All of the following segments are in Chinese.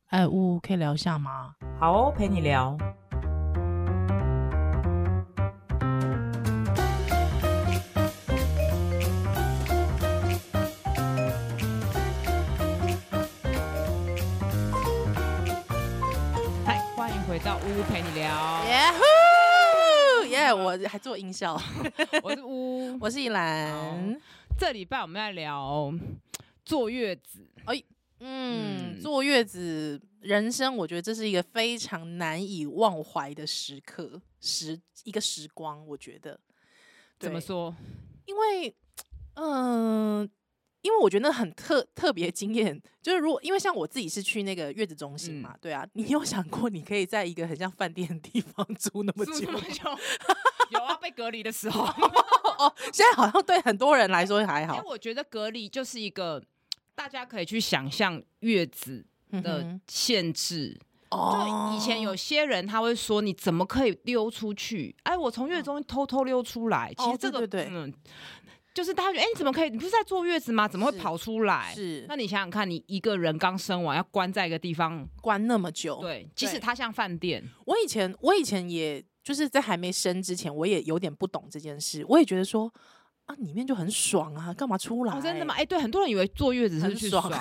哎，呜，可以聊一下吗？ 好哦，陪你聊。嗨，欢迎回到呜陪你聊。 耶呼耶！我还做音效。 我是呜， 我是依兰。 这礼拜我们在聊坐月子。 坐月子，人生我觉得这是一个非常难以忘怀的时刻，一个时光。我觉得怎么说？ 因为我觉得很特别经验，就是因为像我自己是去那个月子中心嘛，对啊，你有想过你可以在一个很像饭店的地方住那么久？ 有啊，被隔离的时候。 哦，现在好像对很多人来说还好。 因为我觉得隔离就是一个大家可以去想象月子的限制。就以前有些人他会说你怎么可以溜出去？哎，我从月子中心偷偷溜出来。其实这个对， 就是大家觉得，你怎么可以？你不是在坐月子吗？怎么会跑出来？ 是， 那你想想看，你一个人刚生完，要关在一个地方关那么久， 对，即使它像饭店。 我以前也就是在还没生之前，我也有点不懂这件事，我也觉得说啊，里面就很爽啊，干嘛出来？ 真的吗？对，很多人以为坐月子是去爽。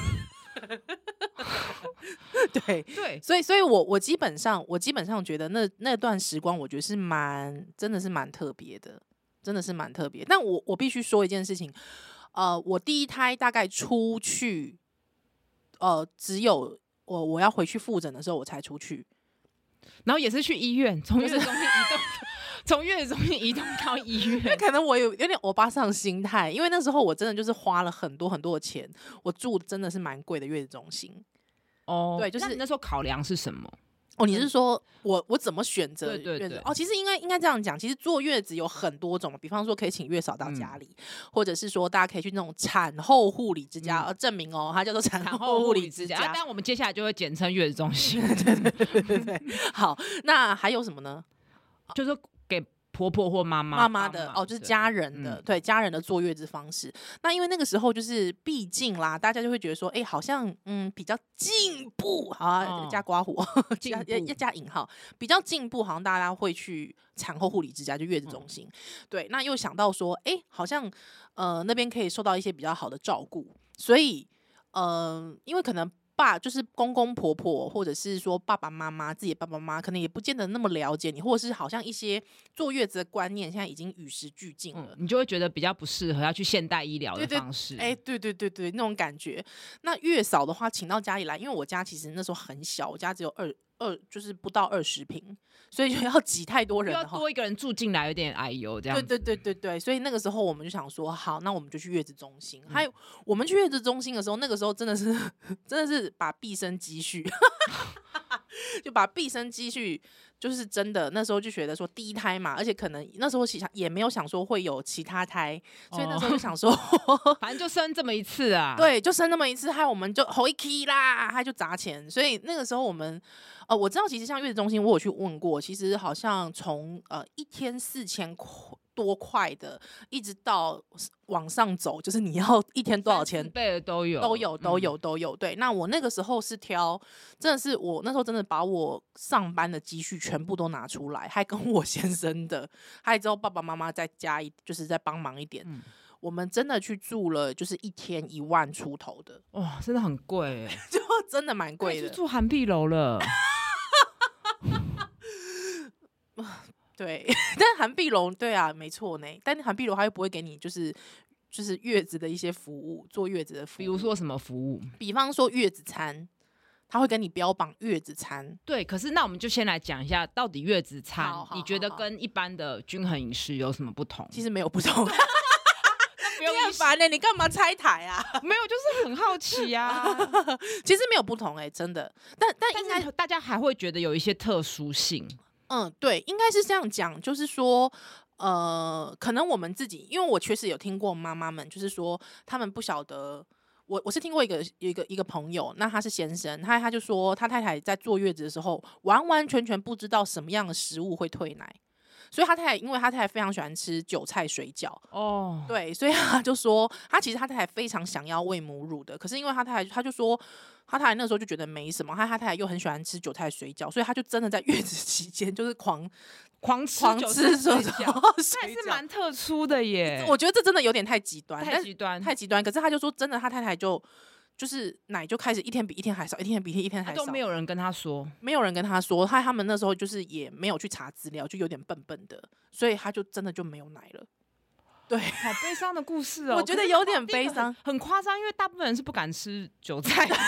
对， 所以我基本上觉得那段时光，我觉得是真的是蛮特别的。真的是蛮特别，但我必须说一件事情，我第一胎大概出去，只有我要回去复诊的时候我才出去， 然后也是去医院，从月子中心移动，从月子中心移动到医院。 因为可能我有点欧巴桑心态，因为那时候我真的就是花了很多很多的钱，我住真的是蛮贵的月子中心。 哦， 对，就是那你那时候考量是什么？ 哦，你是说我怎么选择月子？ 对，其实应该这样讲，其实坐月子有很多种，比方说可以请月嫂到家里，或者是说大家可以去那种产后护理之家，证明它叫做产后护理之家。 但我们接下来就会简称月子中心。 对。好，那还有什么呢？ 就是给婆婆或妈妈的就是家人的，对，家人的坐月子方式。那因为那个时候就是毕竟啦，大家就会觉得说，好像比较进步，好啊，加括弧，要加引号，比较进步，好像大家会去产后护理之家，就月子中心。对，那又想到说，好像那边可以受到一些比较好的照顾，所以因为可能就是公公婆婆，或者是说爸爸妈妈，自己的爸爸妈妈可能也不见得那么了解你，或者是好像一些坐月子的观念现在已经与时俱进了， 你就会觉得比较不适合要去现代医疗的方式。 对，那种感觉。那月嫂的话，请到家里来，因为我家其实那时候很小，我家只有就是不到20平，所以就要挤太多人了， 要多一个人住进来，有点哎呦这样。 对，所以那个时候我们就想说，好，那我们就去月子中心。还有我们去月子中心的时候，那个时候真的是把毕生积蓄，就把毕生积蓄。就是真的，那时候就觉得说第一胎嘛，而且可能那时候也没有想说会有其他胎，所以那时候就想说， 反正就生这么一次啊。 对，就生那么一次，害我们就吼一 k 啦，他就砸钱。所以那个时候我们，我知道其实像月子中心，我有去问过，其实好像从1天4000多块的，一直到往上走，就是你要一天多少钱 ，3-4倍的都有。对，那我那个时候是挑，真的是我那时候真的把我上班的积蓄全部都拿出来，还跟我先生的，还之后爸爸妈妈再加就是再帮忙一点。我们真的去住了，就是1天1万出头的， 哇，真的很贵就真的蛮贵的， 去住涵碧楼了。 对，但涵碧楼对啊，没错呢。但涵碧楼它又不会给你就是月子的一些服务，坐月子的服务， 比如说什么服务？ 比方说月子餐，他会跟你标榜月子餐。 对，可是那我们就先来讲一下，到底月子餐你觉得跟一般的均衡饮食有什么不同？ 其实没有不同。你很烦你干嘛拆台啊？ 没有，就是很好奇啊。 其实没有不同真的。但应该大家还会觉得有一些特殊性。 对，应该是这样讲，就是说，可能我们自己，因为我确实有听过妈妈们，就是说他们不晓得，我是听过一个朋友，那他是先生，他就说他太太在坐月子的时候，完完全全不知道什么样的食物会退奶。 所以他太太因为他太太非常喜欢吃韭菜水饺哦， 对，所以他就说其实他太太非常想要喂母乳的，可是因为他太太他就说他太太那时候就觉得没什么，他太太又很喜欢吃韭菜水饺，所以他就真的在月子期间就是狂吃韭菜水饺，那也是蛮特殊的耶。 我觉得这真的有点太极端， 太极端。 可是他就说真的，他太太就是奶就开始一天比一天还少，一天比一天还少， 都没有人跟他说， 他们那时候就是也没有去查资料，就有点笨笨的，所以他就真的就没有奶了。对， 好悲伤的故事哦， 我觉得有点悲伤， 很夸张，因为大部分人是不敢吃韭菜的。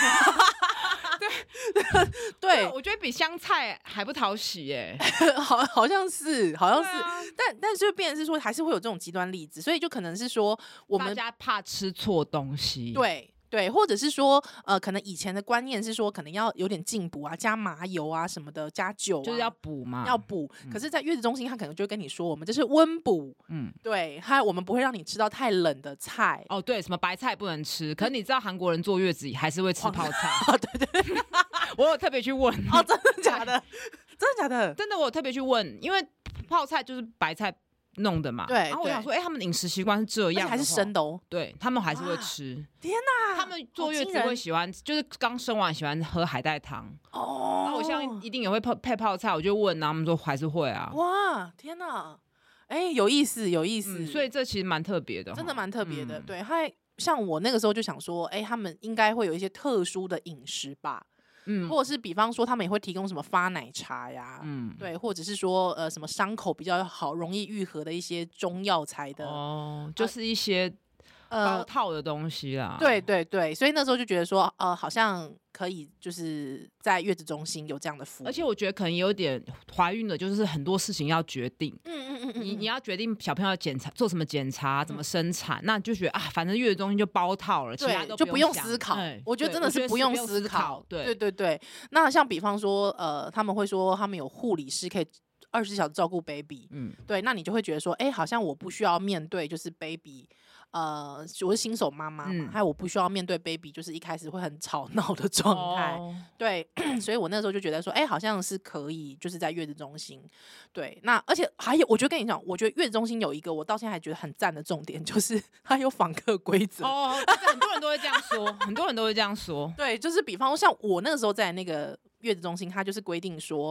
对，我觉得比香菜还不讨喜耶， 好像是，但是变成是说还是会有这种极端例子，所以就可能是说我们大家怕吃错东西， 对，或者是说，可能以前的观念是说，可能要有点进补啊，加麻油啊什么的，加酒、 就是要补嘛， 要补。可是，在月子中心，他可能就会跟你说，我们这是温补，对，我们不会让你吃到太冷的菜。 哦，对，什么白菜不能吃，可是你知道韩国人坐月子还是会吃泡菜， 对， 我有特别去问， 哦，真的假的？真的假的？ 真的，我有特别去问，因为泡菜就是白菜弄的嘛， 对。 然后我想说，他们饮食习惯是这样， 还是生的哦？ 对，他们还是会吃。 天哪！ 他们坐月子会喜欢，就是刚生完喜欢喝海带汤哦。然后我现在一定也会配泡菜，我就问，然后他们说还是会啊。 哇，天哪！有意思， 所以这其实蛮特别的， 真的蛮特别的。对，像我那个时候就想说，他们应该会有一些特殊的饮食吧。或者是比方说他们也会提供什么发奶茶呀，对，或者是说什么伤口比较好容易愈合的一些中药材的就是一些包套的东西啦。 对，所以那时候就觉得说好像可以就是在月子中心有这样的服务， 而且我觉得可能有点怀孕了，就是很多事情要决定，你要决定小朋友检查做什么检查，怎么生产，那你就觉得反正月子中心就包套了，其他都就不用思考。我觉得真的是不用思考。对。那像比方说他们会说他们有护理师可以24小时照顾 baby，对，那你就会觉得说好像我不需要面对就是 baby。我是新手妈妈嘛，还有我不需要面对 baby， 就是一开始会很吵闹的状态，对，所以我那时候就觉得说，好像是可以，就是在月子中心，对，那而且还有，我就跟你讲，我觉得月子中心有一个我到现在还觉得很赞的重点，就是它有访客规则很多人都会这样说，很多人都会这样说， 对，就是比方说像我那个时候在那个月子中心，它就是规定说，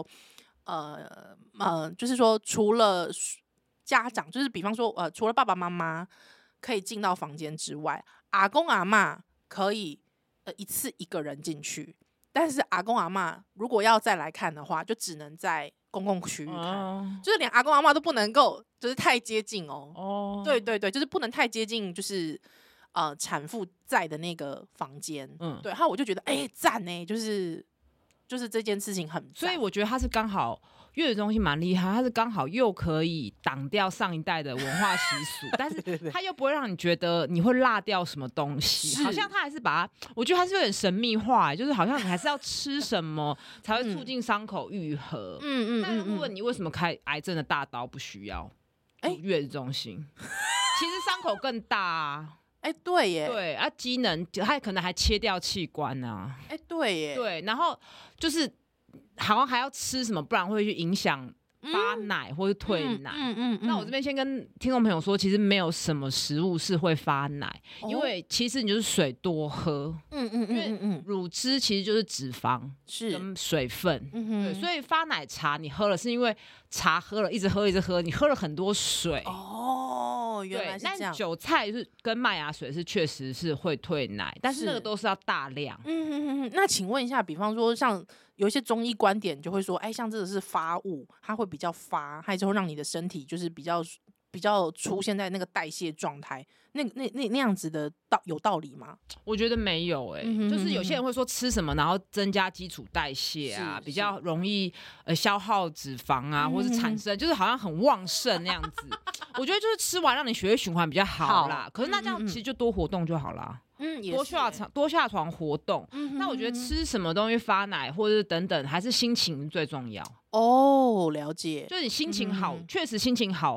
就是说除了家长，就是比方说除了爸爸妈妈可以进到房间之外，阿公阿嬷可以一次一个人进去，但是阿公阿嬷如果要再来看的话，就只能在公共区域看，就是连阿公阿嬷都不能够就是太接近哦。对，就是不能太接近，就是产妇在的那个房间。对，然后我就觉得赞呢，就是这件事情很赞， 所以我觉得他是刚好。月子中心蛮厉害，它是刚好又可以挡掉上一代的文化习俗，但是它又不会让你觉得你会落掉什么东西，好像它还是把它，我觉得它是有点神秘化，就是好像你还是要吃什么才会促进伤口愈合。但如果你为什么开癌症的大刀不需要？月子中心其实伤口更大啊。 对耶， 对啊，机能它可能还切掉器官啊。 对耶， 对，然后就是好像还要吃什么，不然会去影响发奶或是退奶。那我这边先跟听众朋友说，其实没有什么食物是会发奶，因为其实你就是水多喝。因为乳汁其实就是脂肪跟水分。对，所以发奶茶你喝了是因为茶喝了一直喝，你喝了很多水。 原来是这样。 但韭菜是跟麦芽水是确实是会退奶，但是那个都是要大量。 那请问一下，比方说像有一些中医观点就会说，像这个是发物，它会比较发，它就会让你的身体就是比较出现在那个代谢状态，那样子的有道理吗？ 我觉得没有就是有些人会说吃什么然后增加基础代谢啊，比较容易消耗脂肪啊，或是产生就是好像很旺盛那样子。我觉得就是吃完让你血液循环比较好啦。可是那这样其实就多活动就好啦。多下床活动。那我觉得吃什么东西发奶或者是等等，还是心情最重要。 了解。 就是你心情好，确实心情好。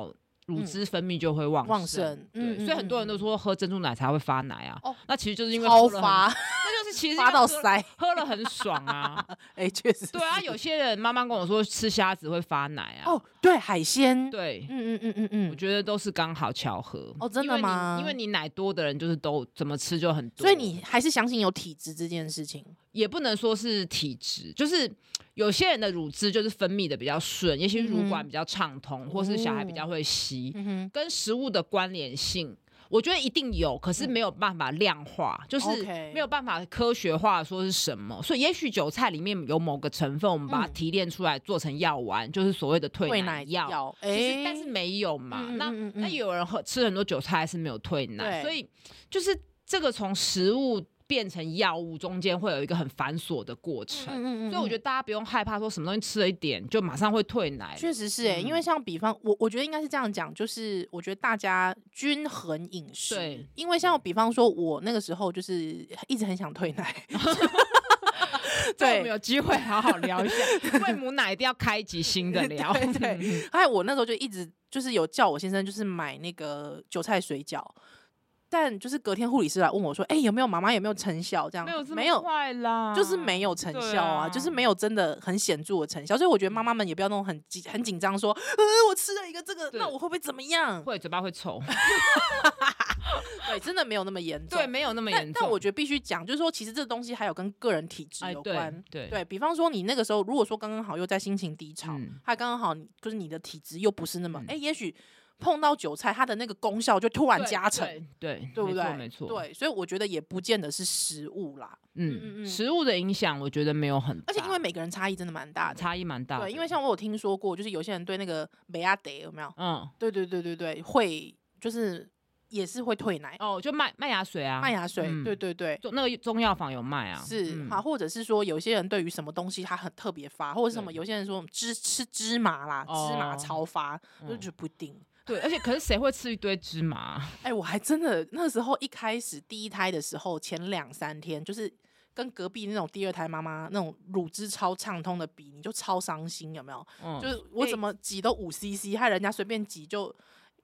乳汁分泌就会旺盛。对，所以很多人都说喝珍珠奶茶会发奶啊。那其实就是因为超发， 那就是其实发到塞， 喝了很爽啊。 确实。 对啊，有些人妈妈跟我说吃虾子会发奶啊。 对，海鲜。 对，我觉得都是刚好巧合。 真的吗？ 因为你奶多的人就是都怎么吃就很多， 所以你还是相信有体质这件事情。 也不能说是体质，就是有些人的乳汁就是分泌的比较顺，也许乳管比较畅通，或是小孩比较会吸，跟食物的关联性。我觉得一定有，可是没有办法量化，就是没有办法科学化说是什么。所以也许韭菜里面有某个成分，我们把它提炼出来做成药丸，就是所谓的退奶药。其实但是没有嘛，那有人吃很多韭菜还是没有退奶，所以就是这个从食物变成药物中间会有一个很繁琐的过程，所以我觉得大家不用害怕说什么东西吃了一点就马上会退奶。 确实是因为像比方我觉得应该是这样讲，就是我觉得大家均衡饮食。对，因为像比方说我那个时候就是一直很想退奶。 对，我们有机会好好聊一下喂母奶，一定要开一集新的聊。 对，还有我那时候就一直就是有叫我先生就是买那个韭菜水饺。但就是隔天护理师来问我说：“有没有妈妈有没有成效？”这样没有快啦， 就是没有成效啊，就是没有真的很显著的成效。所以我觉得妈妈们也不要那种很紧张，说我吃了一个这个，那我会不会怎么样？ 会，嘴巴会臭。 对，真的没有那么严重。 对，没有那么严重。 但我觉得必须讲，就是说，其实这东西还有跟个人体质有关。 对， 比方说你那个时候，如果说刚刚好又在心情低潮，还刚刚好就是你的体质又不是那么也许。碰到韭菜，它的那个功效就突然加成， 对不对？ 没错， 对，所以我觉得也不见得是食物啦。 食物的影响我觉得没有很大， 而且因为每个人差异真的蛮大的， 差异蛮大的。 对，因为像我有听说过，就是有些人对那个美亚德有没有？对，会就是也是会退奶就麦芽水啊， 麦芽水，对， 那个中药房有卖啊， 是或者是说有些人对于什么东西他很特别发，或者是什么有些人说吃芝麻啦，芝麻超发，就觉得不一定。 对，而且可是谁会吃一堆芝麻？ 我还真的那时候一开始第一胎的时候，前2-3天就是跟隔壁那种第二胎妈妈那种乳汁超畅通的比，你就超伤心，有没有？就是我怎么挤都5cc，害人家随便挤就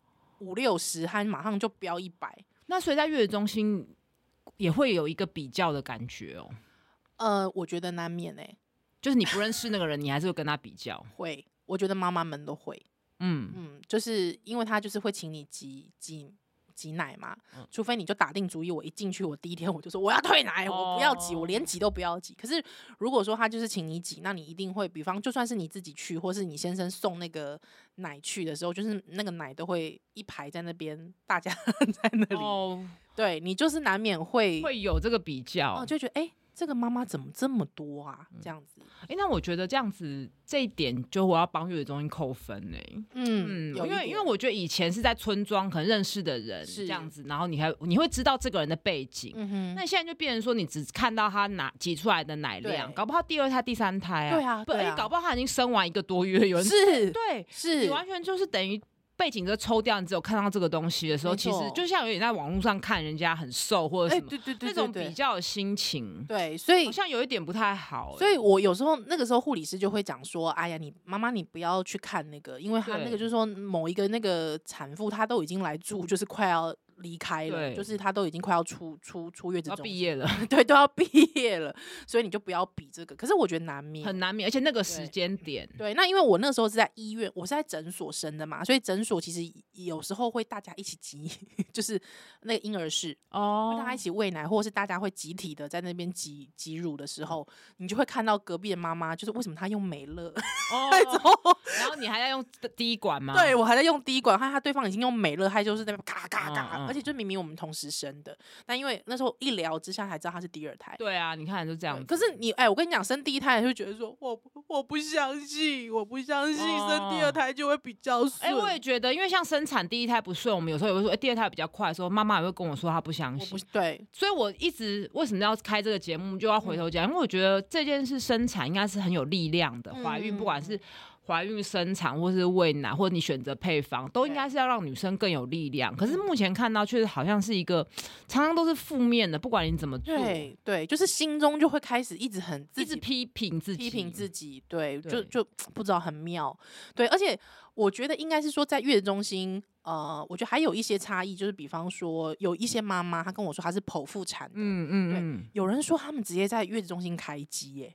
50-60，他马上就飙100。 那所以在月子中心也会有一个比较的感觉我觉得难免就是你不认识那个人，你还是会跟他比较。 会，我觉得妈妈们都会。就是因为他就是会请你挤奶嘛，除非你就打定主意，我一进去我第一天我就说我要退奶，我不要挤，我连挤都不要挤。可是如果说他就是请你挤，那你一定会，比方就算是你自己去，或是你先生送那个奶去的时候，就是那个奶都会一排在那边，大家在那里，对你就是难免会有这个比较， 就觉得这个妈妈怎么这么多啊？这样子， 那我觉得这样子这一点，就我要帮月子中心扣分因为我觉得以前是在村庄可能认识的人这样子，然后你会知道这个人的背景，那现在就变成说你只看到他挤出来的奶量，搞不好第2胎、第3胎对啊， 搞不好他已经生完1个多月，有人是你完全就是等于。背景都抽掉，你只有看到这个东西的时候，其实就像有点在网络上看人家很瘦或者什么， 对那种比较的心情， 对，所以好像有一点不太好。 所以我有时候那个时候护理师就会讲说：“哎呀，你妈妈你不要去看那个，因为他那个就是说某一个那个产妇她都已经来住，就是快要离开了，就是他都已经快要出月子中心， 要毕业了， 对，都要毕业了，所以你就不要比这个。可是我觉得很难免， 而且那个时间点， 对，那因为我那时候是在医院，我是在诊所生的嘛，所以诊所其实有时候会大家一起挤，就是那个婴儿室会大家一起喂奶，或者是大家会集体的在那边挤乳的时候，你就会看到隔壁的妈妈，就是为什么她用美乐然后你还要用滴管吗？ 对，我还在用滴管，他对方已经用美乐，他就是在那边咔咔咔，而且就明明我们同时生的，但因为那时候一聊之下才知道他是第2胎。 对啊，你看就这样子。 可是我跟你讲，生第1胎就觉得说，我不相信生第2胎就会比较顺。 我也觉得，因为像生产第1胎不顺，我们有时候也会说，第2胎比较快的时候，妈妈也会跟我说她不相信。 对， 所以我一直为什么要开这个节目，就要回头讲，因为我觉得这件事生产应该是很有力量的，怀孕不管是怀孕生产或是喂奶，或者你选择配方，都应该是要让女生更有力量。可是目前看到确实好像是一个常常都是负面的，不管你怎么做， 对，就是心中就会开始一直批评自己，对，就不知道很妙，对，而且我觉得应该是说在月子中心，我觉得还有一些差异，就是比方说有一些妈妈她跟我说她是剖腹产的，对，有人说他们直接在月子中心开机耶，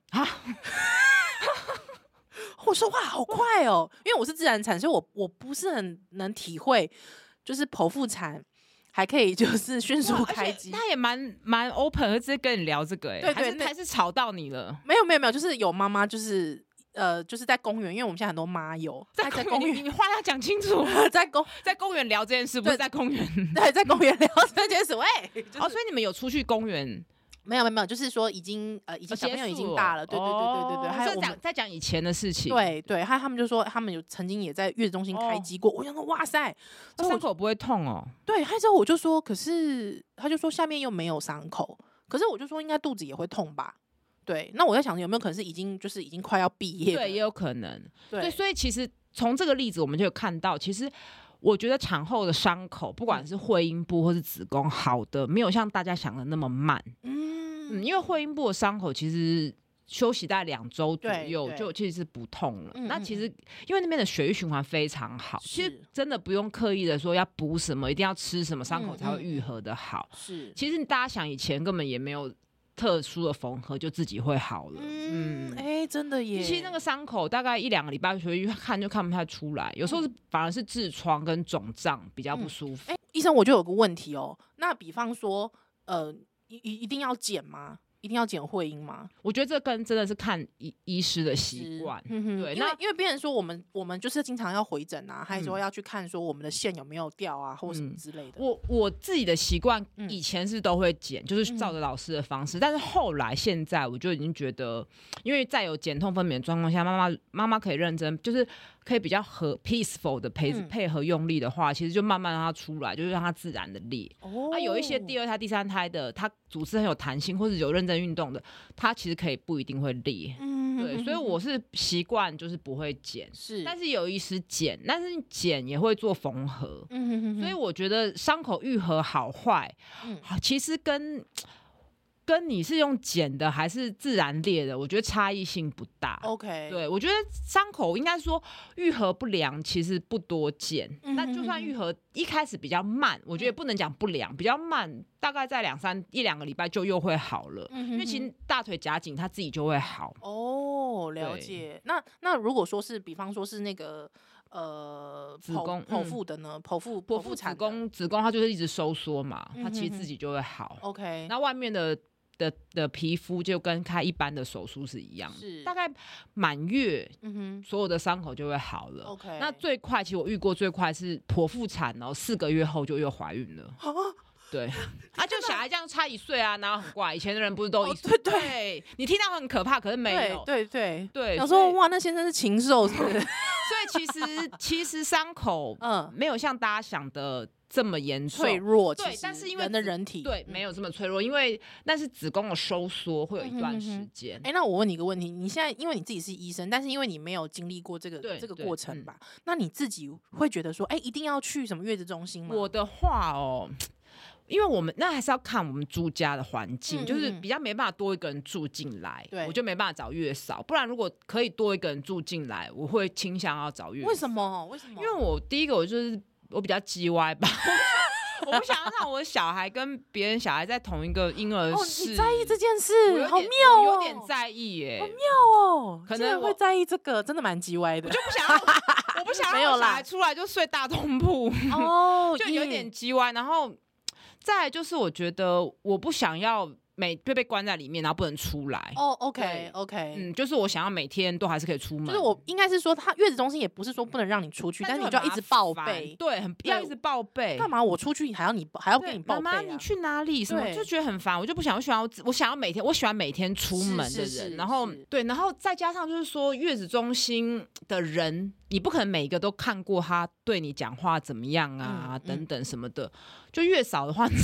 我说哇，好快哦！因为我是自然产，所以我不是很能体会，就是剖腹产还可以就是迅速开机。 他也蛮 open， 直接跟你聊这个， 对， 还是吵到你了？ 没有，就是有妈妈就是在公园，因为我们现在很多妈友在公园，你话要讲清楚，在公园聊这件事，不是在公园， 对，在公园聊这件事，喂， 所以你们有出去公园？ 没有，就是说已经小朋友已经大了，对，还有在讲以前的事情， 对，他们就说他们有曾经也在月子中心开机过，我想说哇塞， 伤口不会痛哦？ 对，之后我就说，可是他就说下面又没有伤口，可是我就说应该肚子也会痛吧？对，那我在想有没有可能是已经快要毕业？ 对，也有可能，对，所以其实从这个例子我们就有看到，其实。我觉得产后的伤口，不管是会阴部或是子宫，好的没有像大家想的那么慢。因为会阴部的伤口其实休息大概2周左右，就其实是不痛了。那其实因为那边的血液循环非常好，其实真的不用刻意的说要补什么，一定要吃什么，伤口才会愈合的好。其实大家想以前根本也没有特殊的缝合，就自己会好了。 真的耶！ 其实那个伤口大概1-2个礼拜回去看就看不太出来，有时候反而是痔疮跟肿胀比较不舒服。 医生，我就有个问题哦，那比方说，一定要剪吗？一定要剪会阴吗？ 我觉得这真的是看医师的习惯，对， 因为别人说我们就是经常要回诊啊，还有说要去看说我们的线有没有掉啊，或什么之类的。 我自己的习惯以前是都会剪，就是照着老师的方式，但是后来现在我就已经觉得，因为在有减痛分娩的状况下，妈妈可以认真，就是可以比较peaceful 的配合用力的话，其实就慢慢让它出来，就是让它自然的裂。有一些第2胎、第3胎的，它组织很有弹性，或者有认真运动的，它其实可以不一定会裂。对，所以我是习惯就是不会剪，但是有医师剪，但是剪也会做缝合。所以我觉得伤口愈合好坏，其实跟你是用剪的还是自然裂的，我觉得差异性不大。 OK， 对，我觉得伤口应该说愈合不良，其实不多见。那就算愈合一开始比较慢，我觉得也不能讲不良，比较慢，大概在1-2个礼拜就又会好了。因为其实大腿夹紧，它自己就会好。 了解。那如果说是，比方说是那个。 子宫剖腹的呢？剖腹产子宫它就是一直收缩嘛，它其实自己就会好。 OK， 那外面的皮肤就跟开一般的手术是一样的，大概满月，所有的伤口就会好了。 OK， 那最快，其实我遇过最快是剖腹产，4个月后就又怀孕了。对，就小孩这样差1岁啊，然后很怪。以前的人不是都1岁？对，你听到很可怕，可是没有。 对。我说哇，那先生是禽兽是不是？ 所以其实伤口没有像大家想的这么严重脆弱， 对，但是因为人的人体对没有这么脆弱，因为那是子宫的收缩会有一段时间。 那我问你一个问题，你现在因为你自己是医生，但是因为你没有经历过这个过程吧，那你自己会觉得说，一定要去什么月子中心吗？ 我的话因为我们那还是要看我们住家的环境，就是比较没办法多一个人住进来，我就没办法找月嫂。不然如果可以多一个人住进来，我会倾向要找月嫂。 为什么？ 因为第一个我比较叽歪吧。我不想让我的小孩跟别人小孩在同一个婴儿室。 你在意这件事，好妙哦！ 有点在意耶， 好妙哦！ 可能会在意这个，真的蛮叽歪的。 我就不想让我小孩出来就睡大通铺，就有点叽歪。然后再来就是我觉得我不想要就被关在里面，然后不能出来。 OK， 就是我想要每天都还是可以出门。 就是我应该是说，他月子中心也不是说不能让你出去，但是你就要一直报备。 对，要一直报备。 干嘛？我出去还要跟你报备？ 妈妈，你去哪里？什么就觉得很烦，我就不想。我想要每天，我喜欢每天出门的人。然后对，然后再加上就是说，月子中心的人，你不可能每一个都看过他对你讲话怎么样啊，等等什么的。就月嫂的话，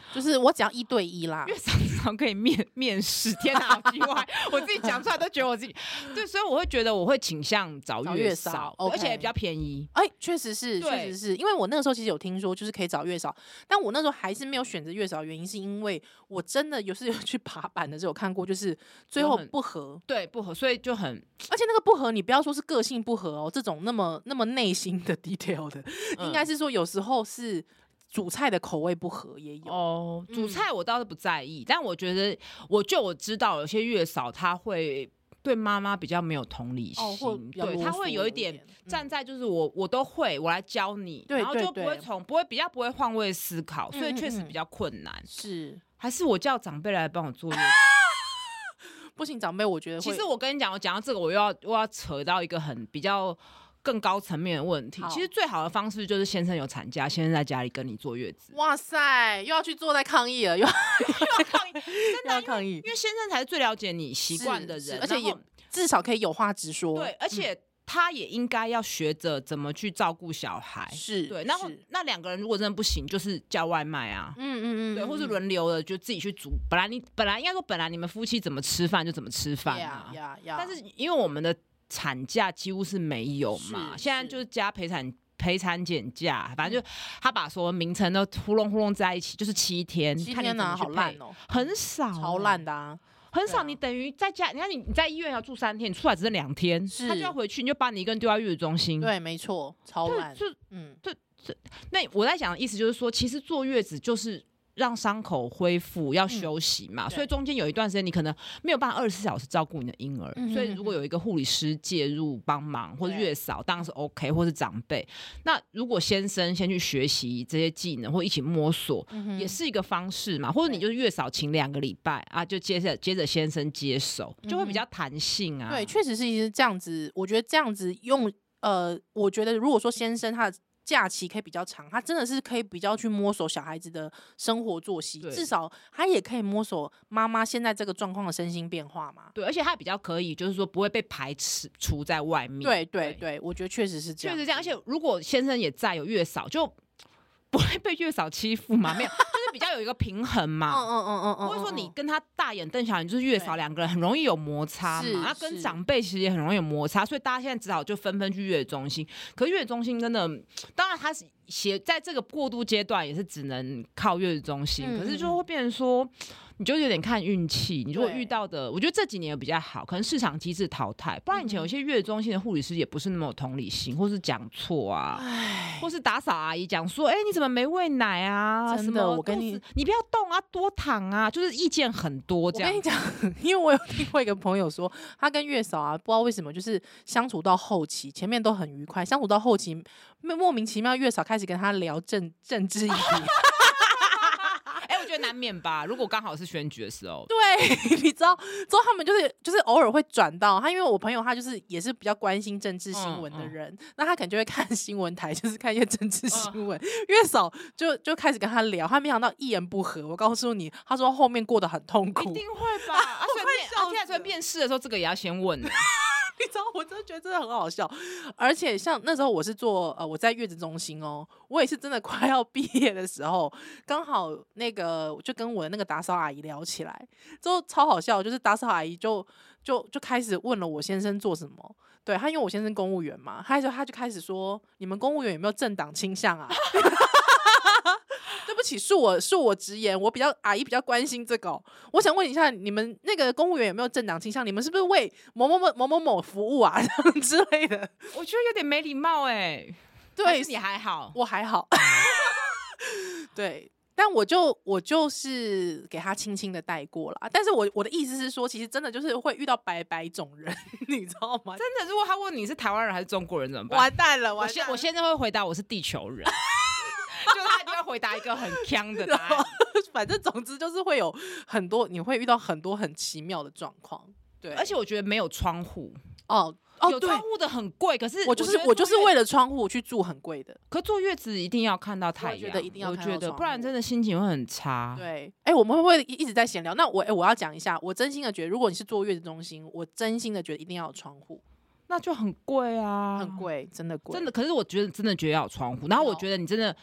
就是我只要1对1啦。 月嫂至少可以面试，天哪，好奇怪！我自己讲出来都觉得我自己对，所以我会觉得我会倾向找月嫂，而且也比较便宜。 确实是，因为我那个时候其实有听说就是可以找月嫂，但我那时候还是没有选择月嫂，原因是因为我真的有去爬板的时候有看过，就是最后不合， 对，不合，所以就很， 而且那个不合，你不要说是个性不合哦，这种那么内心的 detail 的，应该是说有时候是煮菜的口味不合也有煮菜我倒是不在意，但我觉得我知道有些月嫂他会对妈妈比较没有同理心，对，他会有一点站在就是我都会，我来教你，然后就比较不会换位思考，所以确实比较困难。 是， 还是我叫长辈来帮我做月嫂？ 不行，长辈我觉得其实我跟你讲，我讲到这个，我又要扯到一个比较更高层面的问题。其实最好的方式就是先生有产假，先生在家里跟你坐月子。 哇塞，又要去坐在抗议了，又要抗议，真的要抗议，因为先生才是最了解你习惯的人， 而且也至少可以有话直说。 对，而且他也应该要学着怎么去照顾小孩。 是， 对。然后那2个人如果真的不行，就是叫外卖啊，对，或是轮流的就自己去煮。本来应该说，本来你们夫妻怎么吃饭就怎么吃饭啊。但是因为我们的产假几乎是没有嘛，现在就是加陪产检假，反正就他把所有名称都呼隆在一起，就是7天。 7天啊，好烂哦， 很少， 超烂的啊。 很少，你等于在家，你看你在医院要住3天，你出来只剩2天，他就要回去，你就把你一个人丢到月子中心。 对，没错，超烂。 那我在讲的意思就是说，其实坐月子就是让伤口恢复，要休息嘛，所以中间有一段时间你可能没有办法24小时照顾你的婴儿，所以如果有一个护理师介入帮忙，或者月嫂当然是 OK， 或是长辈。那如果先生先去学习这些技能，或一起摸索，也是一个方式嘛。或者你就是月嫂请2个礼拜啊，就接着先生接手，就会比较弹性啊。 对，确实是这样子。我觉得这样子用，我觉得如果说先生他的假期可以比较长，他真的是可以比较去摸索小孩子的生活作息，至少他也可以摸索妈妈现在这个状况的身心变化嘛。 对，而且他比较可以，就是说不会被排除在外面。 对，我觉得确实是这样， 确实这样。而且如果先生也在，有月嫂就不会被月嫂欺负嘛？没有，就是比较有一个平衡嘛。不会说你跟他大眼瞪小眼，就是月嫂2个人很容易有摩擦嘛。那跟长辈其实也很容易有摩擦，所以大家现在只好就纷纷去月子中心。可是月子中心真的，当然他是在这个过渡阶段也是只能靠月子中心，可是就会变成说，你就有点看运气。你如果遇到的，我觉得这几年也比较好，可能市场机制淘汰，不然以前有些月子中心的护理师也不是那么有同理心，或是讲错啊，或是打扫阿姨讲说，你怎么没喂奶啊？ 真的，我跟你不要动啊，多躺啊，就是意见很多这样。 我跟你讲，因为我有听过一个朋友说，他跟月嫂啊，不知道为什么就是相处到后期，前面都很愉快，相处到后期莫名其妙，月嫂开始跟他聊政治议题。 我觉得难免吧，如果刚好是选举的时候。 对，你知道之后他们就是偶尔会转到他，因为我朋友他就是也是比较关心政治新闻的人，那他可能就会看新闻台，就是看一些政治新闻。月嫂就开始跟他聊，他没想到一言不合，我告诉你，他说后面过得很痛苦。 一定会吧？现在面试的时候，这个也要先问。 你知道，我真的觉得真的很好笑，而且像那时候我是做我在月子中心哦，我也是真的快要毕业的时候，刚好那个就跟我的那个打扫阿姨聊起来，之后超好笑，就是打扫阿姨就开始问了我先生做什么，对他因为我先生公务员嘛，他就开始说你们公务员有没有政党倾向啊？对不起，恕我直言，阿姨比较关心这个我想问一下，你们那个公务员有没有政党倾向？你们是不是为某某服务啊之类的？ 我觉得有点没礼貌对，你还好， 我还好。对，但我就是给他轻轻的带过啦。但是我的意思是说，其实真的就是会遇到百种人，你知道吗？ 真的，如果他问你是台湾人还是中国人怎么办？ 完蛋了！我现在会回答我是地球人。就他一定要回答一个很鏘的答案。 反正总之就是会有很多，你会遇到很多很奇妙的状况。对， 而且我觉得没有窗户有窗户的很贵，可是我就是为了窗户去住很贵的。 可坐月子一定要看到太阳， 我觉得一定要看到窗户， 我觉得不然真的心情会很差。 对，我们会不会一直在闲聊？那我要讲一下，我真心的觉得，如果你是坐月子中心，我真心的觉得一定要有窗户。 那就很贵啊， 很贵，真的贵， 真的。可是我觉得真的要有窗户，然后我觉得你真的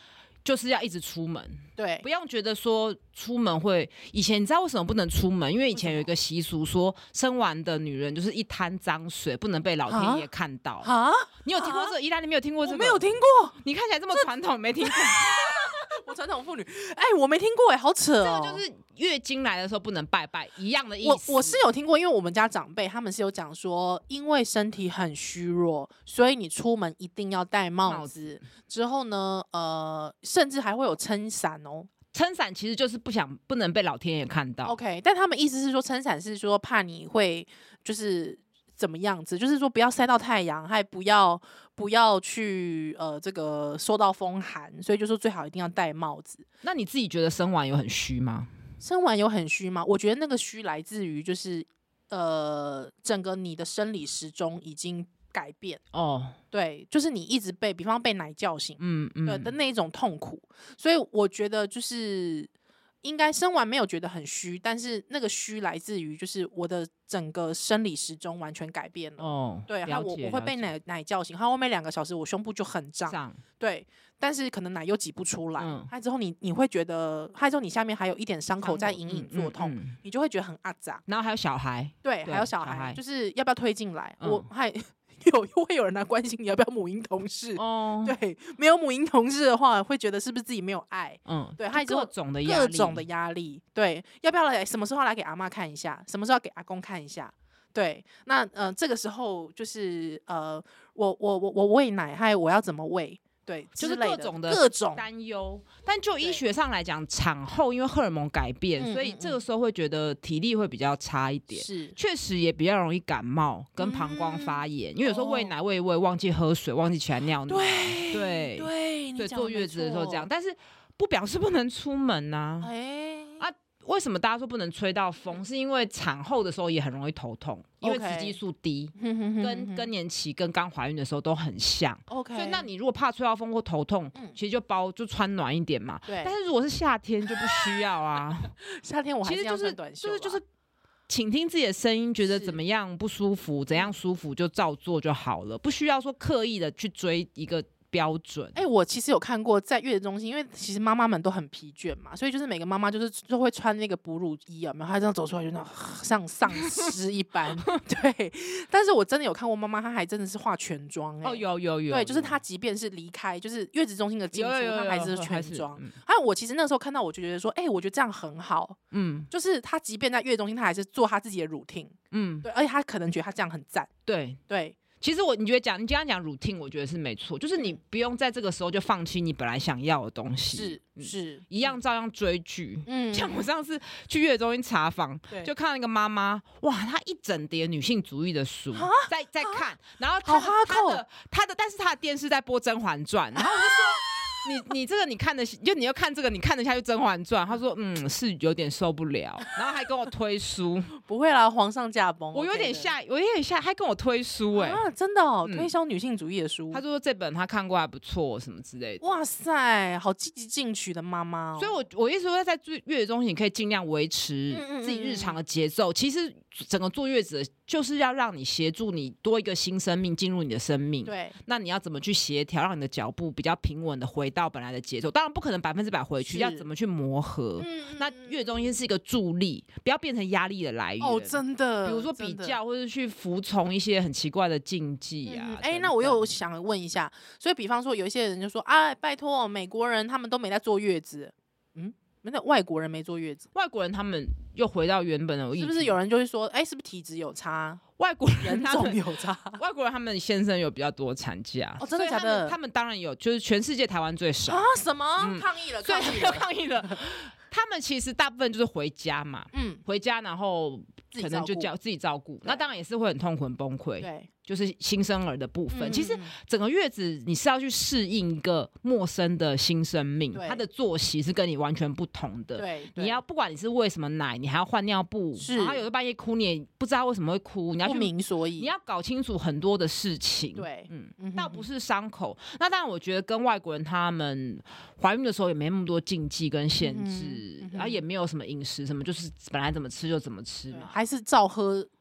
就是要一直出门， 对， 不用觉得说出门会。以前你知道为什么不能出门？因为以前有一个习俗说，生完的女人就是一滩脏水，不能被老天爷看到。 啊， 你有听过这个？宜兰你没有听过这个？ 我没有听过。 你看起来这么传统，没听过。 我传统妇女，我没听过好扯哦。 这个就是月经来的时候不能拜拜一样的意思。 我是有听过，因为我们家长辈他们是有讲说，因为身体很虚弱，所以你出门一定要戴帽子。之后呢，甚至还会有撑伞哦。 撑伞其实就是不能被老天爷看到。 OK， 但他们意思是说，撑伞是说怕你会就是怎么样子，就是说不要晒到太阳，还不要去这个受到风寒，所以就说最好一定要戴帽子。 那你自己觉得生完有很虚吗？ 生完有很虚吗？我觉得那个虚来自于就是整个你的生理时钟已经改变哦，对，就是你一直比方被奶叫醒，对的那一种痛苦，所以我觉得就是应该生完没有觉得很虚，但是那个虚来自于就是我的整个生理时钟完全改变了哦，对，然后我会被奶叫醒，然后后面2个小时我胸部就很胀，对，但是可能奶又挤不出来，还之后你会觉得，还之后你下面还有一点伤口在隐隐作痛，你就会觉得很阿杂， 然后还有小孩， 对，还有小孩，就是要不要推进来，我还。又会有人来关心你要不要母婴同事哦，对，没有母婴同事的话，会觉得是不是自己没有爱？对，还有各种的压力，对，要不要来？什么时候来给阿嬷看一下？什么时候给阿公看一下？对，那这个时候就是我喂奶，还有我要怎么喂？对， 就是各种担忧。但就医学上来讲，产后因为荷尔蒙改变，所以这个时候会觉得体力会比较差一点，是确实也比较容易感冒跟膀胱发炎，因为有时候喂奶喂忘记喝水，忘记起来尿尿，对，所以坐月子的时候这样，但是不表示不能出门啊。为什么大家说不能吹到风？是因为产后的时候也很容易头痛，因为雌激素低，跟更年期跟刚怀孕的时候都很像。所以那你如果怕吹到风或头痛，其实就穿暖一点嘛。但是如果是夏天就不需要啊。 夏天我还是要穿短袖。 就是倾听自己的声音，觉得怎么样不舒服，怎样舒服就照做就好了，不需要说刻意的去追一个标准。 我其实有看过在月子中心，因为其实妈妈们都很疲倦嘛，所以就是每个妈妈就会穿那个哺乳衣，有没有？她这样走出来就那像丧尸一般，对。但是我真的有看过妈妈，她还真的是化全妆， 有， 对，就是她即便是离开就是月子中心的进出，她还是全妆。还有我其实那个时候看到，我就觉得说，我觉得这样很好，就是她即便在月子中心，她还是做她自己的 routine，对，而且她可能觉得她这样很赞， 对。其实你觉得你刚刚讲 routine， 我觉得是没错，就是你不用在这个时候就放弃你本来想要的东西，是一样照样追剧。像我上次去月子中心查房，就看到一个妈妈，哇，她一整叠女性主义的书在看，然后她的，但是她的电视在播《甄嬛传》，然后我就说。你这个你看得，就你要看这个，你看得下去《甄嬛传》？他说是有点受不了，然后还跟我推书。 不会啦，皇上驾崩。 我有点吓，还跟我推书真的推销女性主义的书。 他说这本他看过还不错，什么之类的。 哇塞，好积极进取的妈妈。 所以我意思说，在月子中心你可以尽量维持自己日常的节奏。其实整个坐月子就是要让你协助你多一个新生命进入你的生命。 对， 那你要怎么去协调，让你的脚步比较平稳的回到本来的节奏？当然不可能100%回去，要怎么去磨合？那月子中心是一个助力，不要变成压力的来源。 真的， 比如说比较，或者去服从一些很奇怪的禁忌啊。 那我又想问一下，所以比方说有一些人就说拜托，美国人他们都没在坐月子，那外国人没坐月子， 外国人他们又回到原本的议题， 是不是有人就会说，是不是体质有差？ 外国人人种有差， 外国人他们先生有比较多产假， 真的假的？ 他们当然有，就是全世界台湾最少什么抗议了？ 抗议了。他们其实大部分就是回家嘛，回家然后可能就自己照顾，那当然也是会很痛苦、很崩溃。对，就是新生儿的部分。其实整个月子你是要去适应一个陌生的新生命，他的作息是跟你完全不同的。对，你要不管你是喂什么奶，你还要换尿布，然后有的半夜哭，你也不知道为什么会哭，你要去不明所以， 你要搞清楚很多的事情。对，倒不是伤口。那当然，我觉得跟外国人他们怀孕的时候也没那么多禁忌跟限制。然后也没有什么饮食什么，就是本来怎么吃就怎么吃嘛， 还是照喝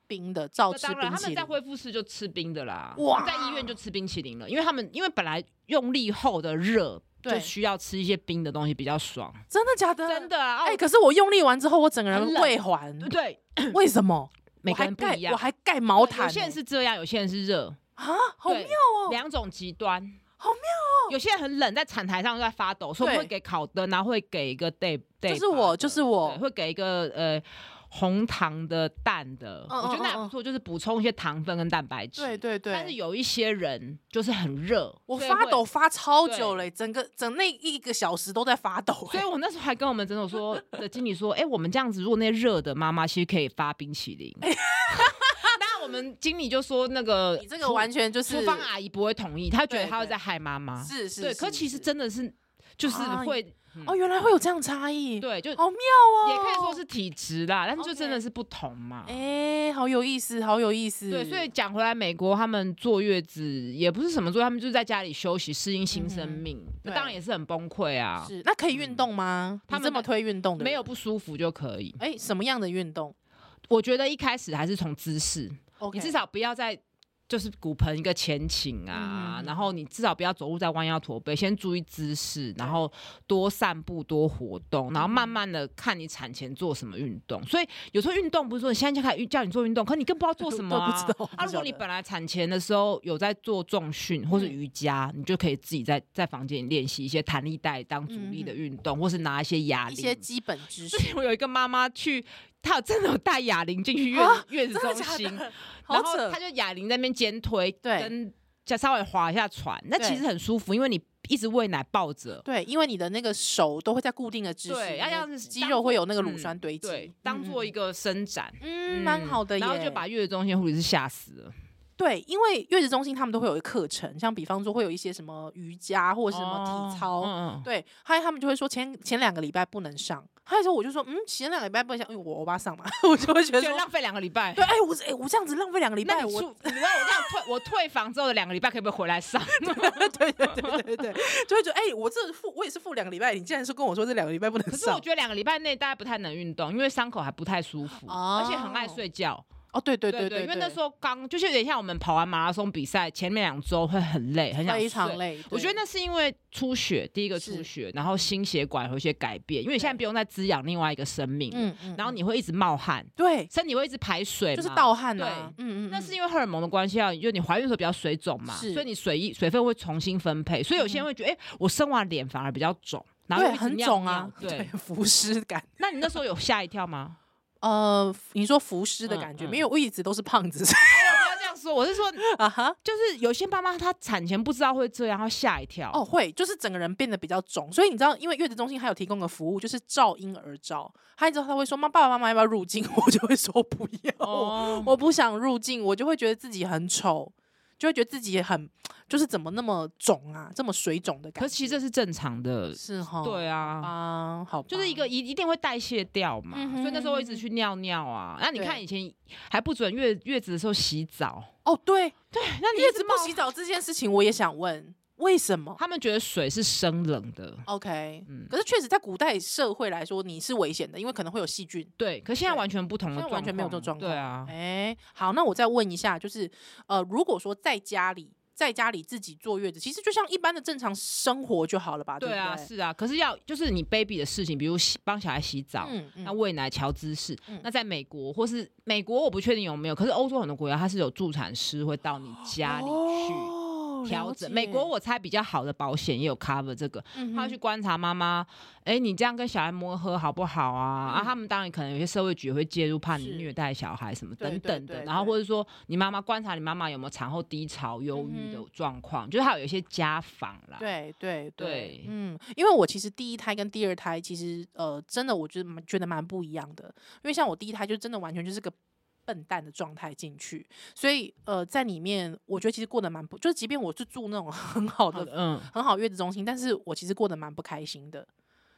冰的，照吃当然，他们冰淇淋。 在恢复室就吃冰的啦， 哇在医院就吃冰淇淋了，因为本来用力后的热就需要吃一些冰的东西比较爽。 真的假的？ 真的啊！ 可是我用力完之后，我整个人胃寒。 对， 为什么？ 每个人不一样。 我还盖毛毯。 有些人是这样，有些人是热啊，好妙哦， 两种极端， 好妙哦。 有些人很冷，在产台上在发抖，所以会给烤灯，然后会给一个 day， 就是我会给一个红糖的蛋的，我觉得那还不错，就是补充一些糖分跟蛋白质。 对。 但是有一些人就是很热， 我发抖发超久了，整那1个小时都在发抖。 所以我那时候还跟我们诊所的经理说，我们这样子，如果那些热的妈妈其实可以发冰淇淋。那我们经理就说，那个你这个完全就是厨房阿姨不会同意，她觉得她会在害妈妈。 是， 对，可其实真的是就是会。 原来会有这样差异， 对，就好妙哦， 也可以说是体质啦，但是就真的是不同嘛。 好有意思，好有意思。 对，所以讲回来，美国他们坐月子也不是什么坐，他们就是在家里休息，适应新生命，那当然也是很崩溃啊。 是，那可以运动吗？他们这么推运动的， 没有不舒服就可以。 什么样的运动？ 我觉得一开始还是从姿势，你至少不要在。就是骨盆一个前倾啊，然后你至少不要走路再弯腰驼背，先注意姿势，然后多散步多活动，然后慢慢的看你产前做什么运动。所以有时候运动不是说你现在就开始叫你做运动，可你更不知道做什么啊。 不知道。 如果你本来产前的时候有在做重训或是瑜伽，你就可以自己在房间里练习一些弹力带当阻力的运动，或是拿一些哑铃， 一些基本知识。 我有一个妈妈去。她真的有带哑铃进去月子中心，然后她就哑铃在那边肩推，跟稍微划一下船，那其实很舒服，因为你一直喂奶抱着， 对，因为你的那个手都会在固定的姿势， 对，要让肌肉会有那个乳酸堆积， 对，当做一个伸展， 蛮好的耶。 然后就把月子中心护理师吓死了。 对，因为月子中心他们都会有一个课程，像比方说会有一些什么瑜伽或者什么体操，对，还有他们就会说前2个礼拜不能上。还有时候我就说，前2个礼拜不能上，因为我爸上嘛，我就会觉得说浪费2个礼拜。 对，我这样子浪费2个礼拜， 你知道我这样我退房之后的2个礼拜可不可以回来上？ 对，就会觉得我也是付2个礼拜，你竟然是跟我说这2个礼拜不能上。 可是我觉得2个礼拜内大概不太能运动，因为伤口还不太舒服，而且很爱睡觉。 对， 因为那时候就是有点像我们跑完马拉松比赛前面2周会很累，很想睡， 非常累。 我觉得那是因为出血，第一个出血，然后心血管有一些改变，因为你现在不用再滋养另外一个生命，然后你会一直冒汗， 对， 身体会一直排水， 就是盗汗啊。 对，那是因为荷尔蒙的关系啊，就你怀孕的时候比较水肿嘛，所以你水分会重新分配，所以有些人会觉得，我生完脸反而比较肿，然后很肿啊， 对， 浮湿感。 那你那时候有吓一跳吗？ 你说浮湿的感觉，没有，我一直都是胖子。 不要这样说，我是说就是有些妈妈她产前不知道会这样，她吓一跳。 会，就是整个人变得比较肿。所以你知道，因为月子中心还有提供个服务，就是照婴儿照。他会说，爸爸妈妈要不要入镜？我就会说不要，我不想入镜，我就会觉得自己很丑。就会觉得自己很就是怎么那么肿啊，这么水肿的感觉。 可是其实这是正常的， 是哈？ 对啊， 好， 就是一定会代谢掉嘛，所以那时候一直去尿尿啊。那你看以前还不准月子的时候洗澡对， 那你月子不洗澡这件事情，我也想问。为什么他们觉得水是生冷的 ？OK，可是确实在古代社会来说，你是危险的，因为可能会有细菌。 对，可是现在完全不同的状况， 完全没有这种状况。 对啊， 好，那我再问一下，就是如果说在家里自己坐月子，其实就像一般的正常生活就好了吧？ 对啊， 对是啊。可是就是你 baby 的事情，比如帮小孩洗澡，那喂奶、调姿势，那在美国或是美国我不确定有没有，可是欧洲很多国家它是有助产师会到你家里去。调整美国我猜比较好的保险也有 cover 这个，他要去观察妈妈，你这样跟小孩磨合好不好啊？他们当然可能有些社会局也会介入，怕你虐待小孩什么等等的，然后或者说你妈妈观察你妈妈有没有产后低潮、忧郁的状况，就是还有一些家访啦。 对，因为我其实第一胎跟第二胎其实真的我觉得蛮不一样的，因为像我第一胎就真的完全就是个笨蛋的状态进去，所以在里面我觉得其实过得蛮就是即便我是住那种很好的很好月子中心，但是我其实过得蛮不开心的。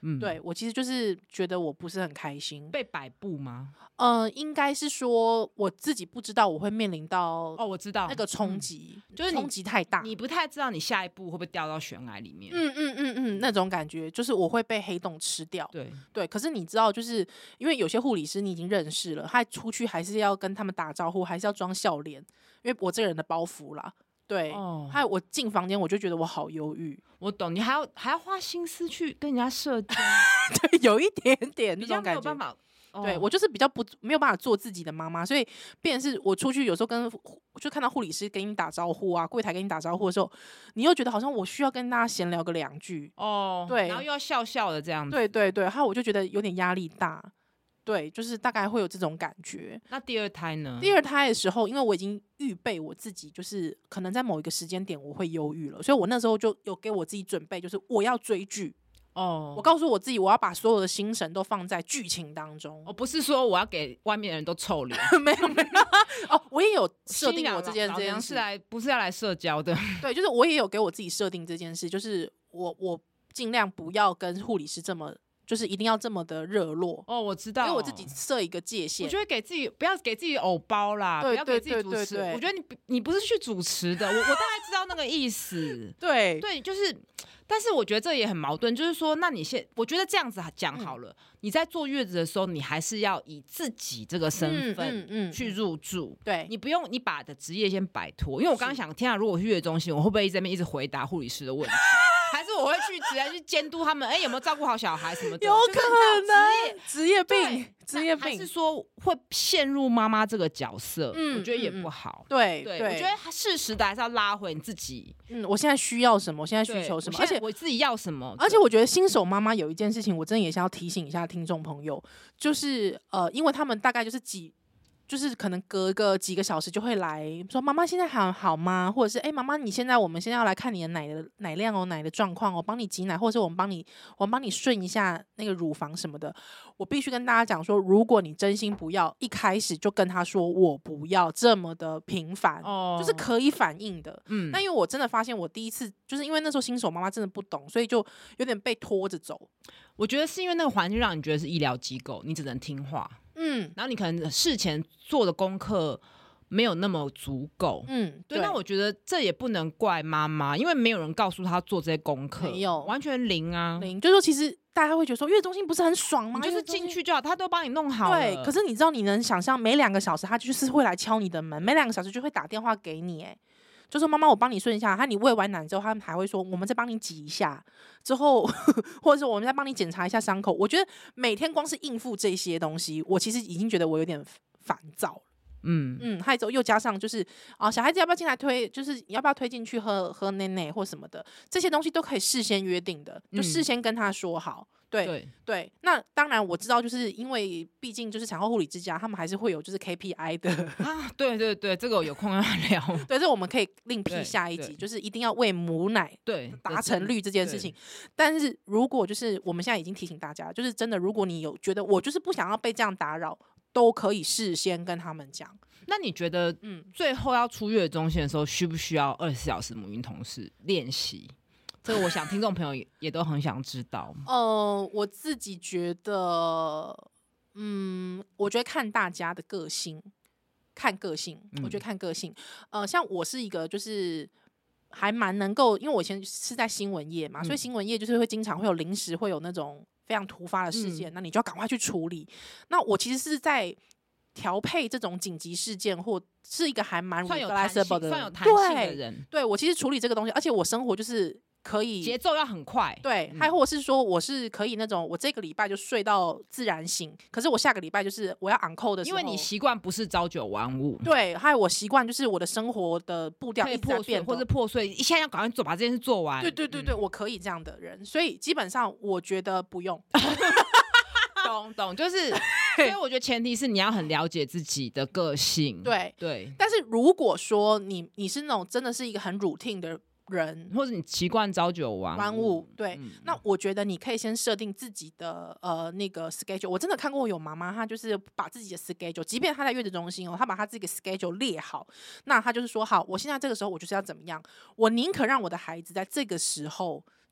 对我其实就是觉得我不是很开心， 被摆布吗？ 应该是说我自己不知道我会面临到我知道那个冲击， 就是冲击太大， 你不太知道你下一步会不会掉到悬崖里面。 那种感觉就是我会被黑洞吃掉。对，可是你知道，就是因为有些护理师你已经认识了，他出去还是要跟他们打招呼，还是要装笑脸，因为我这个人的包袱啦。对，还有我进房间我就觉得我好忧郁。 我懂，你还要花心思去跟人家社交， 对，有一点点那种感觉。 没有办法。 对，我就是比较没有办法做自己的妈妈，所以变成是我出去有时候就看到护理师跟你打招呼啊，柜台跟你打招呼的时候，你又觉得好像我需要跟大家闲聊个2句对， 然后又要笑笑的这样子， 对，还有我就觉得有点压力大，对，就是大概会有这种感觉。 那第二胎呢？ 第二胎的时候，因为我已经预备我自己，就是可能在某一个时间点我会忧郁了，所以我那时候就有给我自己准备，就是我要追剧。我告诉我自己，我要把所有的心神都放在剧情当中。 不是说我要给外面的人都臭脸， 没有我也有设定我这件事， 不是要来社交的。 对，就是我也有给我自己设定这件事，就是我尽量不要跟护理师这么。就是一定要这么的热络我知道， 给我自己设一个界限。 我觉得不要给自己偶包啦，不要给自己主持。我觉得你不是去主持的，我大概知道那个意思。对，就是，但是我觉得这也很矛盾，就是说，那我觉得这样子讲好了，你在坐月子的时候，你还是要以自己这个身份去入住。对，你不用你把的职业先摆脱，因为我刚刚想，天啊，如果我去月子中心，我会不会在那边一直回答护理师的问题？还是我会直接去监督他们，有没有照顾好小孩什么的？ 有可能职业病， 还是说会陷入妈妈这个角色？我觉得也不好。对，我觉得适时的还是要拉回你自己。 我现在需要什么？我现在需求什么？而且我自己要什么？ 而且我觉得新手妈妈有一件事情，我真的也想要提醒一下听众朋友，就是因为他们大概就是可能隔个几个小时就会来说妈妈现在还好吗？或者是妈妈我们现在要来看你的奶量奶的状况帮你挤奶，或者是我们帮你顺一下那个乳房什么的。我必须跟大家讲说，如果你真心不要，一开始就跟他说我不要这么的频繁，就是可以反应的。那因为我真的发现我第一次就是因为那时候新手妈妈真的不懂，所以就有点被拖着走。 我觉得是因为那个环境让你觉得是医疗机构，你只能听话。然后你可能事前做的功课没有那么足够。对。那我觉得这也不能怪妈妈，因为没有人告诉她做这些功课， 没有， 完全零啊。 就是说，其实大家会觉得说，月子中心不是很爽吗？ 你就是进去就好，他都帮你弄好了。 对。可是你知道，你能想象每2个小时他就是会来敲你的门，每2个小时就会打电话给你，就说妈妈，我帮你顺一下。你喂完奶之后，他们还会说我们再帮你挤一下，之后或者是我们再帮你检查一下伤口。我觉得每天光是应付这些东西，我其实已经觉得我有点烦躁了。还有又加上就是小孩子要不要进来推，就是要不要推进去喝奶奶或什么的，这些东西都可以事先约定的，就事先跟他说好。对，那当然我知道，就是因为毕竟就是产后护理之家，他们还是会有就是 KPI 的对，这个有空要聊。 对，这我们可以另辟下一集，就是一定要喂母奶达成率这件事情。但是如果就是我们现在已经提醒大家，就是真的，如果你有觉得我就是不想要被这样打扰，都可以事先跟他们讲。 那你觉得最后要出月子中心的时候，需不需要24小时母婴同事练习？这个我想听众朋友也都很想知道。 我自己觉得，我觉得看大家的个性，我觉得看个性。像我是一个就是还蛮能够，因为我以前是在新闻业嘛，所以新闻业就是会经常会有临时会有那种非常突发的事件，那你就要赶快去处理。那我其实是在调配这种紧急事件，或是一个还蛮 flexible 的人， 算有弹性的人。 对，我其实处理这个东西，而且我生活就是可以节奏要很快。对， 还或者是说我是可以那种，我这个礼拜就睡到自然醒，可是我下个礼拜就是我要 on call 的时候， 因为你习惯不是朝九晚五。 对，还有我习惯就是我的生活的步调一直在变或是破碎，一下要赶快把这件事做完。 对，我可以这样的人，所以基本上我觉得不用。 懂，就是，所以我觉得前提是你要很了解自己的个性。对。 但是如果说你是那种真的是一个很 routine 的人， 或者你习惯朝九晚五， 对，那我觉得你可以先设定自己的那个 schedule。我真的看过有妈妈，她就是把自己的 schedule， 即便她在月子中心她把她自己的 schedule 列好，那她就是说好，我现在这个时候我就是要怎么样，我宁可让我的孩子在这个时候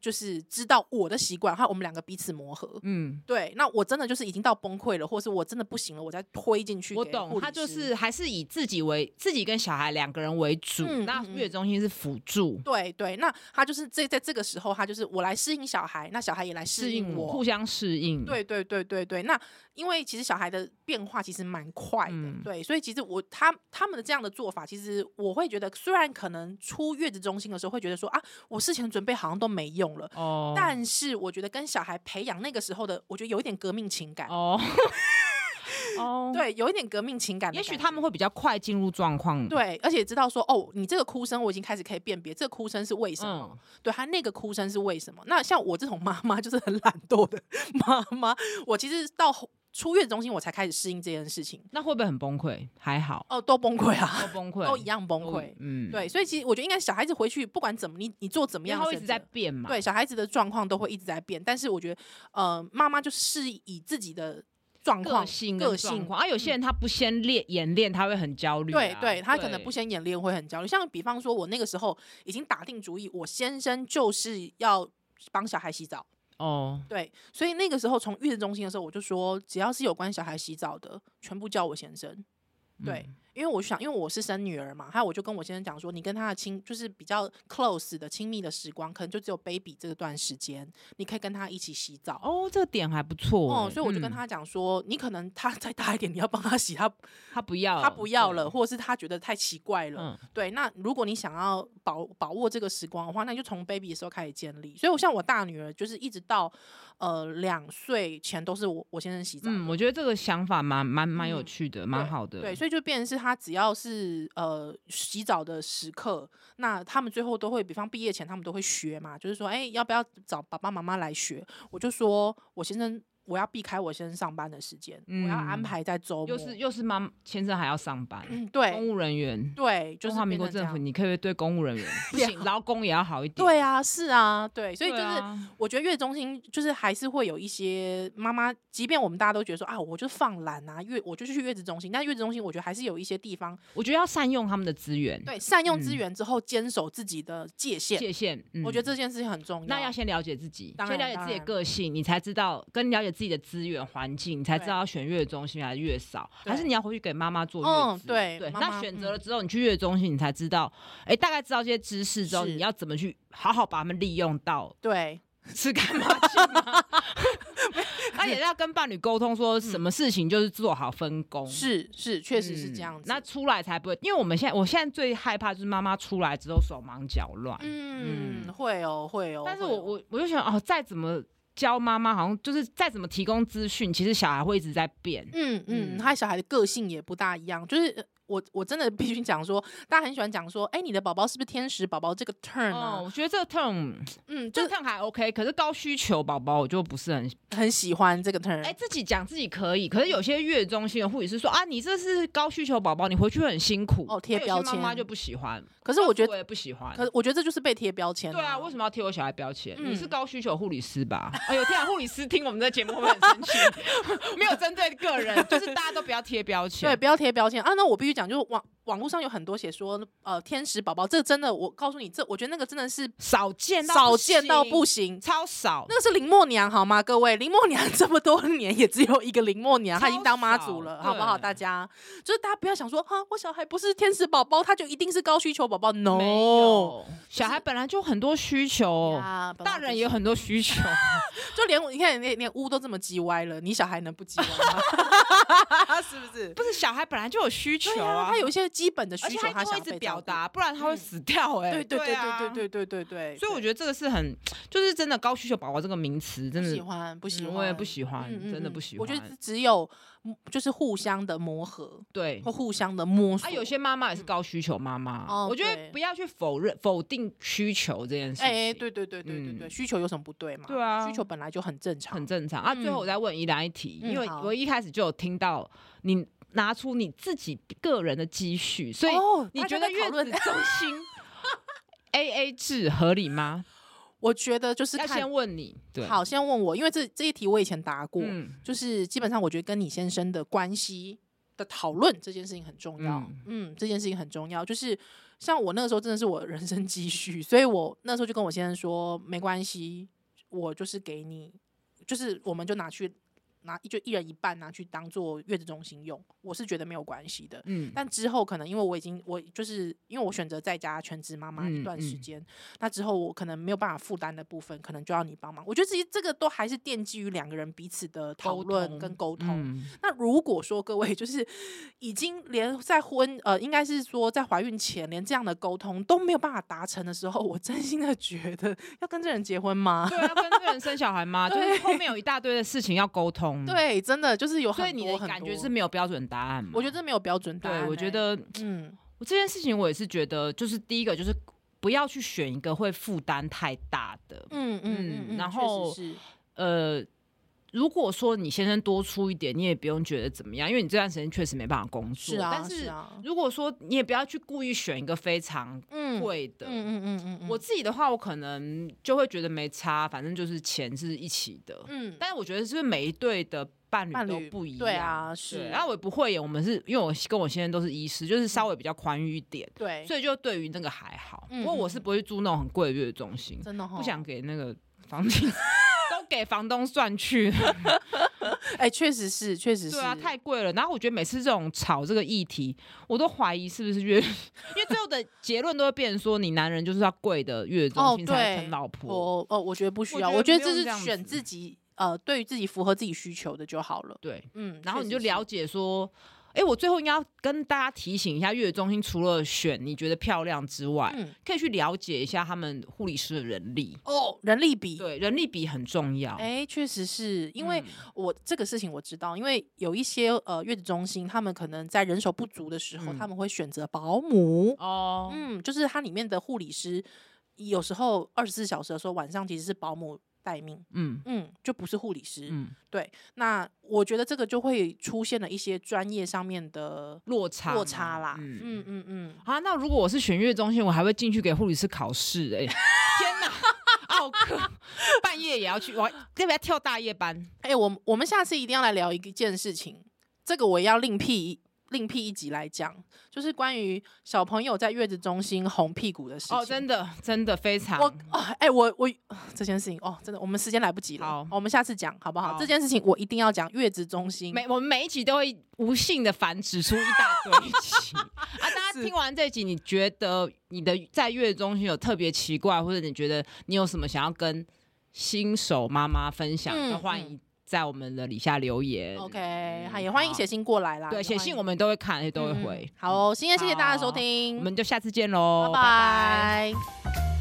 就是知道我的习惯，还有我们两个彼此磨合。对，那我真的就是已经到崩溃了，或是我真的不行了，我再推进去。 我懂，他就是还是以自己跟小孩2个人为主，那月子中心是辅助。 对对，那他就是在这个时候，他就是我来适应小孩，那小孩也来适应我， 互相适应。 对对对对对，那因为其实小孩的变化其实蛮快的，对，所以其实他们的这样的做法，其实我会觉得，虽然可能出月子中心的时候会觉得说啊，我事前准备好像都没用了，但是我觉得跟小孩培养那个时候的，我觉得有一点革命情感。对，有一点革命情感的感觉， 也许他们会比较快进入状况， 对，而且知道说你这个哭声我已经开始可以辨别，这个哭声是为什么，对，他那个哭声是为什么。那像我这种妈妈就是很懒惰的妈妈，我其实到出月子中心我才开始适应这件事情。 那会不会很崩溃？还好都崩溃啊， 都崩溃， 都一样崩溃。对，所以其实我觉得应该小孩子回去不管怎么你做怎么样的选择， 他会一直在变嘛， 对，小孩子的状况都会一直在变，但是我觉得妈妈就是以自己的状况、个性有些人他不先演练，他会很焦虑。 对对，他可能不先演练会很焦虑。像比方说，我那个时候已经打定主意，我先生就是要帮小孩洗澡。对，所以那个时候从月子中心的时候，我就说，只要是有关小孩洗澡的，全部叫我先生。对。因为我想，因为我是生女儿嘛，还有我就跟我先生讲说，你跟他的就是比较 close 的亲密的时光，可能就只有 baby 这段时间，你可以跟他一起洗澡。 这个点还不错。 所以我就跟他讲说，你可能他再大一点，你要帮他洗，他不要了，或者是他觉得太奇怪了。对，那如果你想要把握这个时光的话，那你就从 baby 的时候开始建立。所以我像我大女儿，就是一直到2岁前都是我先生洗澡。 我觉得这个想法蛮有趣的，蛮好的。 对，所以就变成是他只要是洗澡的时刻，那他们最后都会，比方毕业前他们都会学嘛，就是说要不要找爸爸妈妈来学。我就说我先生我要避开我先生上班的时间，我要安排在周末。 又是先生还要上班， 对， 公务人员， 对，就是中华民国政府，你可以对公务人员不行，劳工也要好一点。 对啊，是啊，对，所以就是我觉得月子中心就是还是会有一些妈妈，即便我们大家都觉得说啊，我就放懒啊，我就去月子中心，但月子中心我觉得还是有一些地方， 我觉得要善用他们的资源， 对，善用资源之后坚守自己的界限，我觉得这件事情很重要。 那要先了解自己，先了解自己的个性，你才知道跟了解自己的资源环境，你才知道要选月子中心还是月嫂，还是你要回去给妈妈坐月子。 对， 那选择了之后，你去月子中心，你才知道，大概知道这些知识之后，你要怎么去好好把它们利用到。 对， 吃干抹净吗？那也要跟伴侣沟通，说什么事情就是做好分工。 是，确实是这样子。 那出来才不会，因为我现在最害怕就是妈妈出来之后手忙脚乱。 会哦。 但是我就想再怎么教妈妈，好像就是再怎么提供资讯，其实小孩会一直在变。 他小孩的个性也不大一样，就是我真的必须讲说，大家很喜欢讲说，你的宝宝是不是天使宝宝这个 term 啊？ 我觉得这个 term，这个 term 还 OK， 可是高需求宝宝我就不是很喜欢这个 term。 自己讲自己可以，可是有些月子中心的护理师说啊，你这是高需求宝宝，你回去会很辛苦。 贴标签， 妈妈就不喜欢。 可是我觉得我也不喜欢。 可是我觉得这就是被贴标签。 对啊，为什么要贴我小孩标签？你是高需求护理师吧？有天啊，护理师听我们的节目会很生气。没有针对个人，就是大家都不要贴标签。 对，不要贴标签啊！那我必须讲，就是网络上有很多写说，天使宝宝，这真的，我告诉你，我觉得那个真的是少见到不行， 超少。 那个是林默娘好吗？各位，林默娘这么多年也只有一个林默娘，她已经当妈祖了，好不好？大家就是大家不要想说，我小孩不是天使宝宝，他就一定是高需求宝宝。No， 小孩本来就很多需求，大人也有很多需求。 就连你看，连屋都这么叽歪了，你小孩能不叽歪吗？是不是？ 不是，小孩本来就有需求啊， 他有一些基本的需求， 他会一直表达，不然他会死掉。 对。 所以我觉得这个是就是真的高需求宝宝这个名词，真的不喜欢， 我也不喜欢，真的不喜欢。 我觉得只有就是互相的磨合， 对， 或互相的摸索。 有些妈妈也是高需求妈妈，我觉得不要去否定需求这件事情。 对，需求有什么不对嘛？ 对啊， 需求本来就很正常， 最后我再问宜兰一题，因为我一开始就有听到你拿出你自己个人的积蓄，所以你觉得月子中心AA 制合理吗？ 我觉得就是要先问你，对， 好，先问我，因为这一题我以前答过，就是基本上我觉得跟你先生的关系的讨论这件事情很重要，这件事情很重要，就是像我那个时候真的是我人生积蓄，所以我那时候就跟我先生说，没关系，我就是给你，就是我们就就一人一半拿去当做月子中心用，我是觉得没有关系的。但之后可能因为就是因为我选择在家全职妈妈一段时间，那之后我可能没有办法负担的部分，可能就要你帮忙。我觉得这个都还是奠基于两个人彼此的讨论跟沟通。那如果说各位就是已经连在应该是说在怀孕前连这样的沟通都没有办法达成的时候，我真心的觉得要跟这人结婚吗？ 对，要跟这人生小孩吗？就是后面有一大堆的事情要沟通。 对，真的就是有很多， 所以你的感觉是没有标准答案吗？ 我觉得这没有标准答案。 对，我觉得，我这件事情我也是觉得，就是第一个就是不要去选一个会负担太大的，然后如果说你先生多出一点，你也不用觉得怎么样，因为你这段时间确实没办法工作。但是如果说你也不要去故意选一个非常贵的，我自己的话，我可能就会觉得没差，反正就是钱是一起的。但是我觉得是不是每一对的伴侣都不一样？ 对啊，是。 然后我也不会演，我们是因为我跟我先生都是医师，就是稍微比较宽裕一点，对，所以就对于那个还好。不过我是不会住那种很贵的月子中心，真的不想给那个房间。都给房东算去了， 确实是，对啊，太贵了。然后我觉得每次这种吵这个议题，我都怀疑是不是因为最后的结论都会变成说，你男人就是要贵的月子中心才疼老婆。 我觉得不需要，我觉得这是选自己对于自己符合自己需求的就好了。 对，然后你就了解说。我最后应该要跟大家提醒一下，月子中心除了选你觉得漂亮之外，可以去了解一下他们护理师的人力人力比， 对，人力比很重要。 确实是因为我这个事情我知道，因为有一些月子中心，他们可能在人手不足的时候，他们会选择保姆就是它里面的护理师有时候24小时的时候，晚上其实是保姆待命，就不是护理师，对。那我觉得这个就会出现了一些专业上面的落差啦， 那如果我是选月中心，我还会进去给护理师考试，天哪，奥克，半夜也要去，我要不要跳大夜班？ 我们下次一定要来聊一件事情，这个我也要另辟一集来讲，就是关于小朋友在月子中心红屁股的事情。 真的非常。 我这件事情真的我们时间来不及了。我们下次讲好不好？这件事情我一定要讲。月子中心， 我们每一集都会无性的繁殖出一大堆集大家听完这集，你觉得你的在月子中心有特别奇怪，或者你觉得你有什么想要跟新手妈妈分享的，欢迎在我们的底下留言 ，OK， 也欢迎写信过来啦。 对，写信我们都会看，也都会回。 好，今天谢谢大家的收听， 我们就下次见喽， 拜拜。